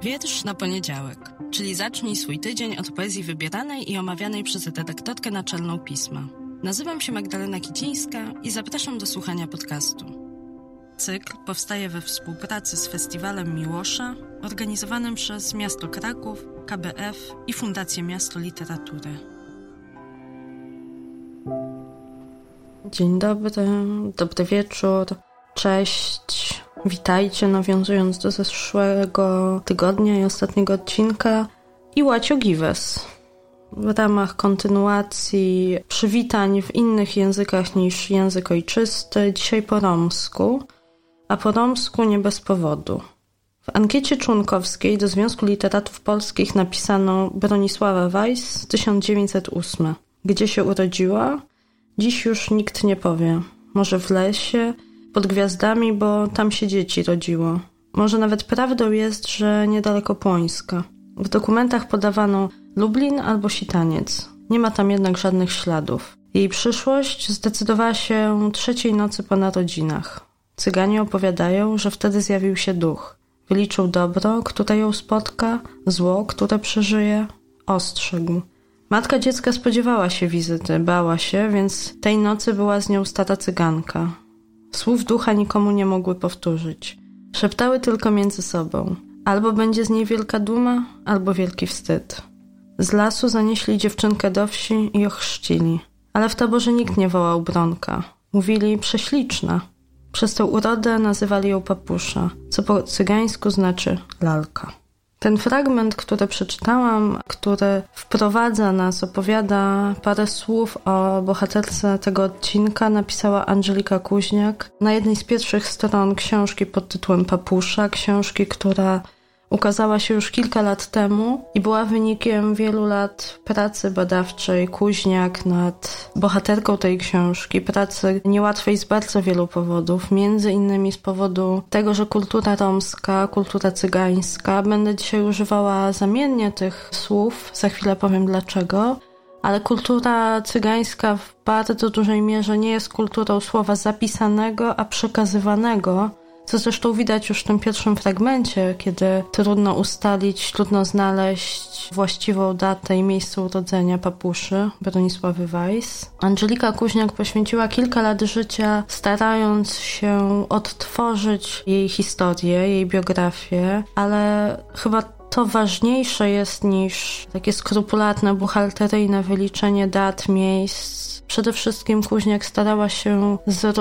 Wiersz na poniedziałek, czyli zacznij swój tydzień od poezji wybieranej i omawianej przez redaktorkę naczelną pisma. Nazywam się Magdalena Kicińska i zapraszam do słuchania podcastu. Cykl powstaje we współpracy z Festiwalem Miłosza, organizowanym przez Miasto Kraków, KBF i Fundację Miasto Literatury. Dzień dobry, dobry wieczór, cześć, witajcie, nawiązując do zeszłego tygodnia i ostatniego odcinka i Łacio Gives. W ramach kontynuacji przywitań w innych językach niż język ojczysty, dzisiaj po romsku, a po romsku nie bez powodu. W ankiecie członkowskiej do Związku Literatów Polskich napisano Bronisława Weiss 1908. Gdzie się urodziła? Dziś już nikt nie powie. Może w lesie, pod gwiazdami, bo tam się dzieci rodziło. Może nawet prawdą jest, że niedaleko Płońska. W dokumentach podawano Lublin albo Sitaniec. Nie ma tam jednak żadnych śladów. Jej przyszłość zdecydowała się trzeciej nocy po narodzinach. Cyganie opowiadają, że wtedy zjawił się duch. Wyliczył dobro, które ją spotka, zło, które przeżyje, ostrzegł. Matka dziecka spodziewała się wizyty, bała się, więc tej nocy była z nią stara cyganka. Słów ducha nikomu nie mogły powtórzyć. Szeptały tylko między sobą. Albo będzie z niej wielka duma, albo wielki wstyd. Z lasu zanieśli dziewczynkę do wsi i ochrzcili. Ale w taborze nikt nie wołał Bronka. Mówili prześliczna. Przez tę urodę nazywali ją Papusza, co po cygańsku znaczy lalka. Ten fragment, który przeczytałam, który wprowadza nas, opowiada parę słów o bohaterce tego odcinka, napisała Andżelika Kuźniak na jednej z pierwszych stron książki pod tytułem Papusza, książki, która ukazała się już kilka lat temu i była wynikiem wielu lat pracy badawczej Kuźniak nad bohaterką tej książki, pracy niełatwej z bardzo wielu powodów, między innymi z powodu tego, że kultura romska, kultura cygańska, będę dzisiaj używała zamiennie tych słów, za chwilę powiem dlaczego, ale kultura cygańska w bardzo dużej mierze nie jest kulturą słowa zapisanego, a przekazywanego, co zresztą widać już w tym pierwszym fragmencie, kiedy trudno ustalić, trudno znaleźć właściwą datę i miejsce urodzenia Papuszy, Bronisławy Weiss. Andżelika Kuźniak poświęciła kilka lat życia, starając się odtworzyć jej historię, jej biografię, ale chyba to ważniejsze jest niż takie skrupulatne, buchalteryjne wyliczenie dat, miejsc. Przede wszystkim Kuźniak starała się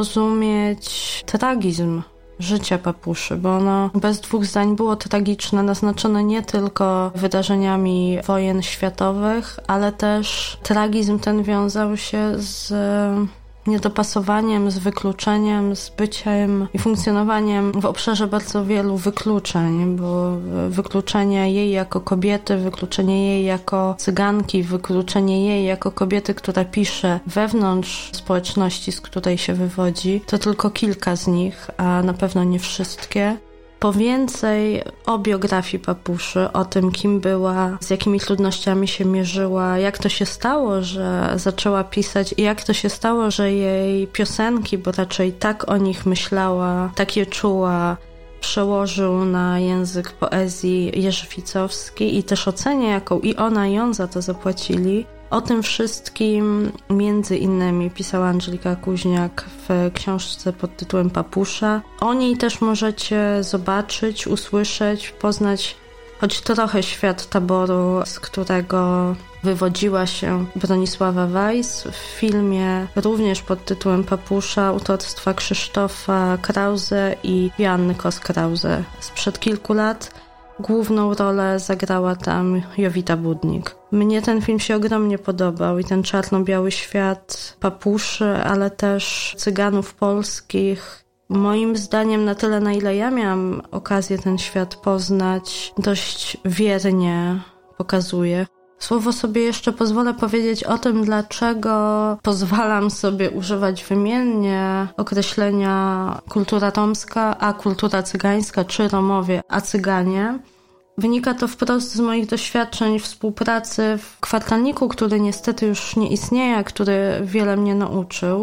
zrozumieć tragizm życia Papuszy, bo ono bez dwóch zdań było tragiczne, naznaczone nie tylko wydarzeniami wojen światowych, ale też tragizm ten wiązał się z niedopasowaniem, z wykluczeniem, z byciem i funkcjonowaniem w obszarze bardzo wielu wykluczeń, bo wykluczenie jej jako kobiety, wykluczenie jej jako cyganki, wykluczenie jej jako kobiety, która pisze wewnątrz społeczności, z której się wywodzi, to tylko kilka z nich, a na pewno nie wszystkie. Po więcej o biografii Papuszy, o tym, kim była, z jakimi trudnościami się mierzyła, jak to się stało, że zaczęła pisać i jak to się stało, że jej piosenki, bo raczej tak o nich myślała, tak je czuła, przełożył na język poezji Jerzy Ficowski i też o cenie, jaką i ona, i on za to zapłacili. O tym wszystkim między innymi pisała Andżelika Kuźniak w książce pod tytułem Papusza. O niej też możecie zobaczyć, usłyszeć, poznać choć trochę świat taboru, z którego wywodziła się Bronisława Weiss w filmie również pod tytułem Papusza autorstwa Krzysztofa Krause i Joanny Kos-Krause sprzed kilku lat. Główną rolę zagrała tam Jowita Budnik. Mnie ten film się ogromnie podobał i ten czarno-biały świat Papuszy, ale też Cyganów polskich. Moim zdaniem na tyle, na ile ja miałam okazję ten świat poznać, dość wiernie pokazuje. Słowo sobie jeszcze pozwolę powiedzieć o tym, dlaczego pozwalam sobie używać wymiennie określenia kultura romska, a kultura cygańska, czy Romowie, a Cyganie. Wynika to wprost z moich doświadczeń współpracy w kwartalniku, który niestety już nie istnieje, a który wiele mnie nauczył.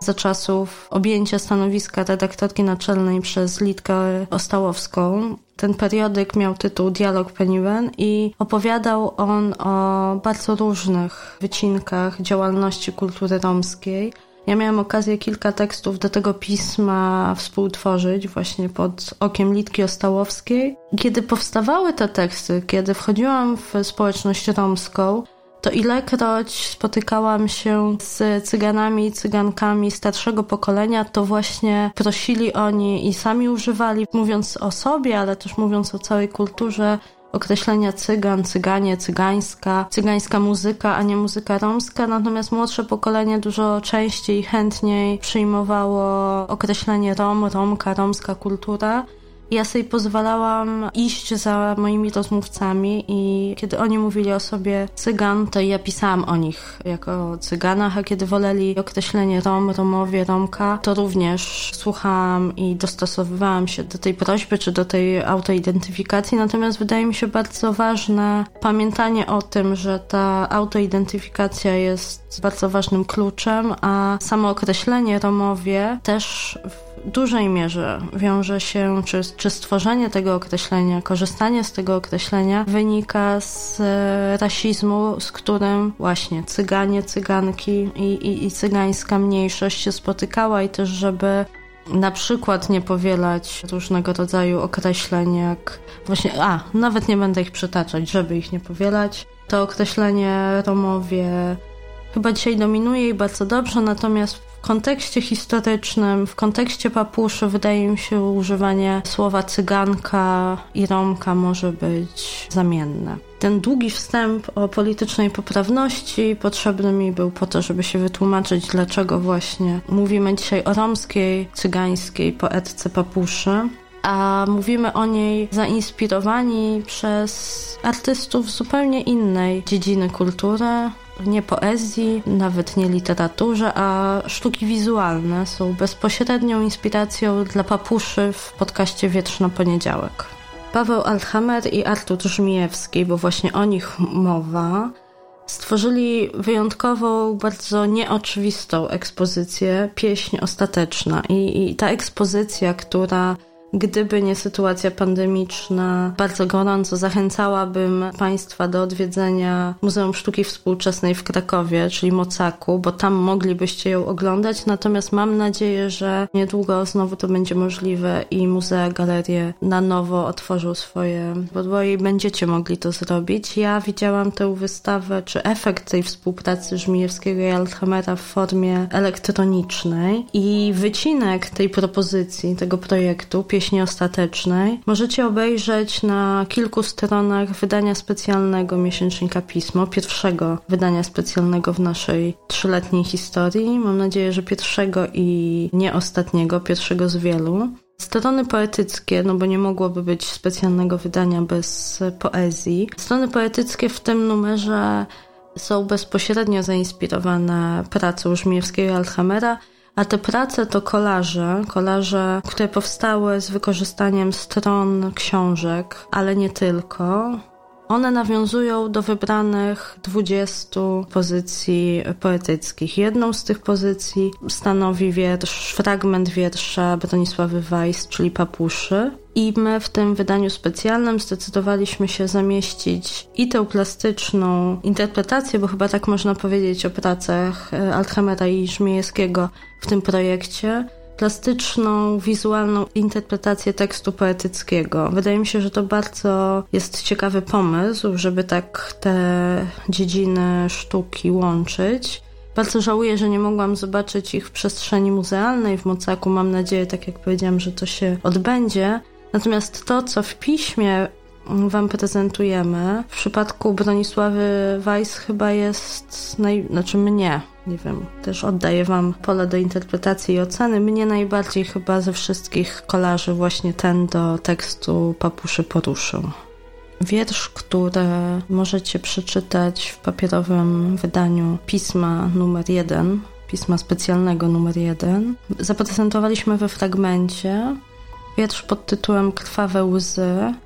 za czasów objęcia stanowiska redaktorki naczelnej przez Litkę Ostałowską. Ten periodyk miał tytuł Dialog Peniwen i opowiadał on o bardzo różnych wycinkach działalności kultury romskiej. Ja miałam okazję kilka tekstów do tego pisma współtworzyć właśnie pod okiem Litki Ostałowskiej. Kiedy powstawały te teksty, kiedy wchodziłam w społeczność romską, to ilekroć spotykałam się z cyganami i cygankami starszego pokolenia, to właśnie prosili oni i sami używali, mówiąc o sobie, ale też mówiąc o całej kulturze, określenia cygan, cyganie, cygańska muzyka, a nie muzyka romska, natomiast młodsze pokolenie dużo częściej i chętniej przyjmowało określenie romka, romska kultura. Ja sobie pozwalałam iść za moimi rozmówcami i kiedy oni mówili o sobie cygan, to ja pisałam o nich jako cyganach, a kiedy woleli określenie romowie, romka, to również słuchałam i dostosowywałam się do tej prośby czy do tej autoidentyfikacji. Natomiast wydaje mi się bardzo ważne pamiętanie o tym, że ta autoidentyfikacja jest bardzo ważnym kluczem, a samo określenie romowie też w dużej mierze wiąże się, czy stworzenie tego określenia, korzystanie z tego określenia wynika z rasizmu, z którym właśnie cyganie, cyganki i cygańska mniejszość się spotykała i też, żeby na przykład nie powielać różnego rodzaju określeń jak właśnie, nawet nie będę ich przytaczać, żeby ich nie powielać. To określenie romowie chyba dzisiaj dominuje i bardzo dobrze, natomiast w kontekście historycznym, w kontekście papuszy wydaje mi się używanie słowa cyganka i romka może być zamienne. Ten długi wstęp o politycznej poprawności potrzebny mi był po to, żeby się wytłumaczyć, dlaczego właśnie mówimy dzisiaj o romskiej, cygańskiej poetce papuszy, a mówimy o niej zainspirowani przez artystów z zupełnie innej dziedziny kultury, nie poezji, nawet nie literaturze, a sztuki wizualne są bezpośrednią inspiracją dla papuszy w podcaście Wietrz na poniedziałek. Paweł Althammer i Artur Żmijewski, bo właśnie o nich mowa, stworzyli wyjątkową, bardzo nieoczywistą ekspozycję Pieśń ostateczna. I ta ekspozycja, która gdyby nie sytuacja pandemiczna, bardzo gorąco zachęcałabym Państwa do odwiedzenia Muzeum Sztuki Współczesnej w Krakowie, czyli Mocaku, bo tam moglibyście ją oglądać, natomiast mam nadzieję, że niedługo znowu to będzie możliwe i muzea, galerie na nowo otworzą swoje podwoje i będziecie mogli to zrobić. Ja widziałam tę wystawę, czy efekt tej współpracy Żmijewskiego i Althammera w formie elektronicznej i wycinek tej propozycji, tego projektu, Pieśni ostatecznej, możecie obejrzeć na kilku stronach wydania specjalnego miesięcznika Pismo, pierwszego wydania specjalnego w naszej 3-letniej historii. Mam nadzieję, że pierwszego i nie ostatniego, pierwszego z wielu. Strony poetyckie, no bo nie mogłoby być specjalnego wydania bez poezji. Strony poetyckie w tym numerze są bezpośrednio zainspirowane pracą Żmijewskiego i Althammera, a te prace to kolaże, które powstały z wykorzystaniem stron książek, ale nie tylko. One nawiązują do wybranych 20 pozycji poetyckich. Jedną z tych pozycji stanowi fragment wiersza Bronisławy Weiss, czyli Papuszy. I my w tym wydaniu specjalnym zdecydowaliśmy się zamieścić i tę plastyczną interpretację, bo chyba tak można powiedzieć o pracach Althammera i Żmijewskiego w tym projekcie, plastyczną, wizualną interpretację tekstu poetyckiego. Wydaje mi się, że to bardzo jest ciekawy pomysł, żeby tak te dziedziny sztuki łączyć. Bardzo żałuję, że nie mogłam zobaczyć ich w przestrzeni muzealnej w Mocaku. Mam nadzieję, tak jak powiedziałam, że to się odbędzie. Natomiast to, co w piśmie Wam prezentujemy, w przypadku Bronisławy Weiss chyba jest, mnie, nie wiem, też oddaję Wam pole do interpretacji i oceny. Mnie najbardziej chyba ze wszystkich kolaży właśnie ten do tekstu Papuszy poruszył. Wiersz, który możecie przeczytać w papierowym wydaniu pisma numer 1, pisma specjalnego numer 1, zaprezentowaliśmy we fragmencie. Wiersz pod tytułem Krwawe łzy,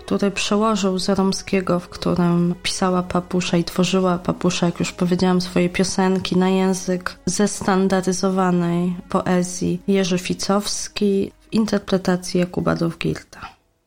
który przełożył z romskiego, w którym pisała Papusza i tworzyła Papusza, jak już powiedziałam, swoje piosenki na język zestandaryzowanej poezji, Jerzy Ficowski w interpretacji Jakuba Dowgirta.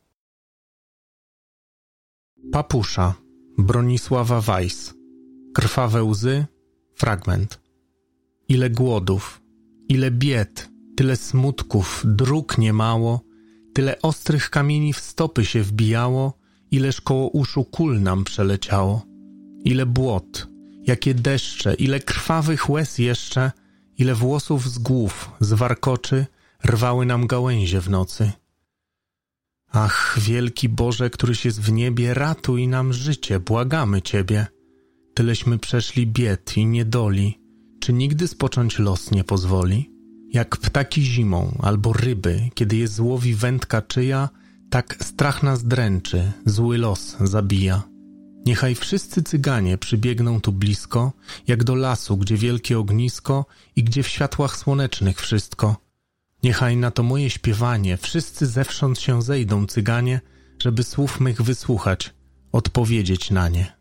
Papusza, Bronisława Weiss. Krwawe łzy, fragment. Ile głodów, ile bied, tyle smutków, dróg niemało, tyle ostrych kamieni w stopy się wbijało, ileż koło uszu kul nam przeleciało. Ile błot, jakie deszcze, ile krwawych łez jeszcze, ile włosów z głów, z warkoczy, rwały nam gałęzie w nocy. Ach, wielki Boże, któryś jest w niebie, ratuj nam życie, błagamy Ciebie. Tyleśmy przeszli bied i niedoli, czy nigdy spocząć los nie pozwoli? Jak ptaki zimą albo ryby, kiedy je złowi wędka czyja, tak strach nas dręczy, zły los zabija. Niechaj wszyscy cyganie przybiegną tu blisko, jak do lasu, gdzie wielkie ognisko i gdzie w światłach słonecznych wszystko. Niechaj na to moje śpiewanie wszyscy zewsząd się zejdą cyganie, żeby słów mych wysłuchać, odpowiedzieć na nie.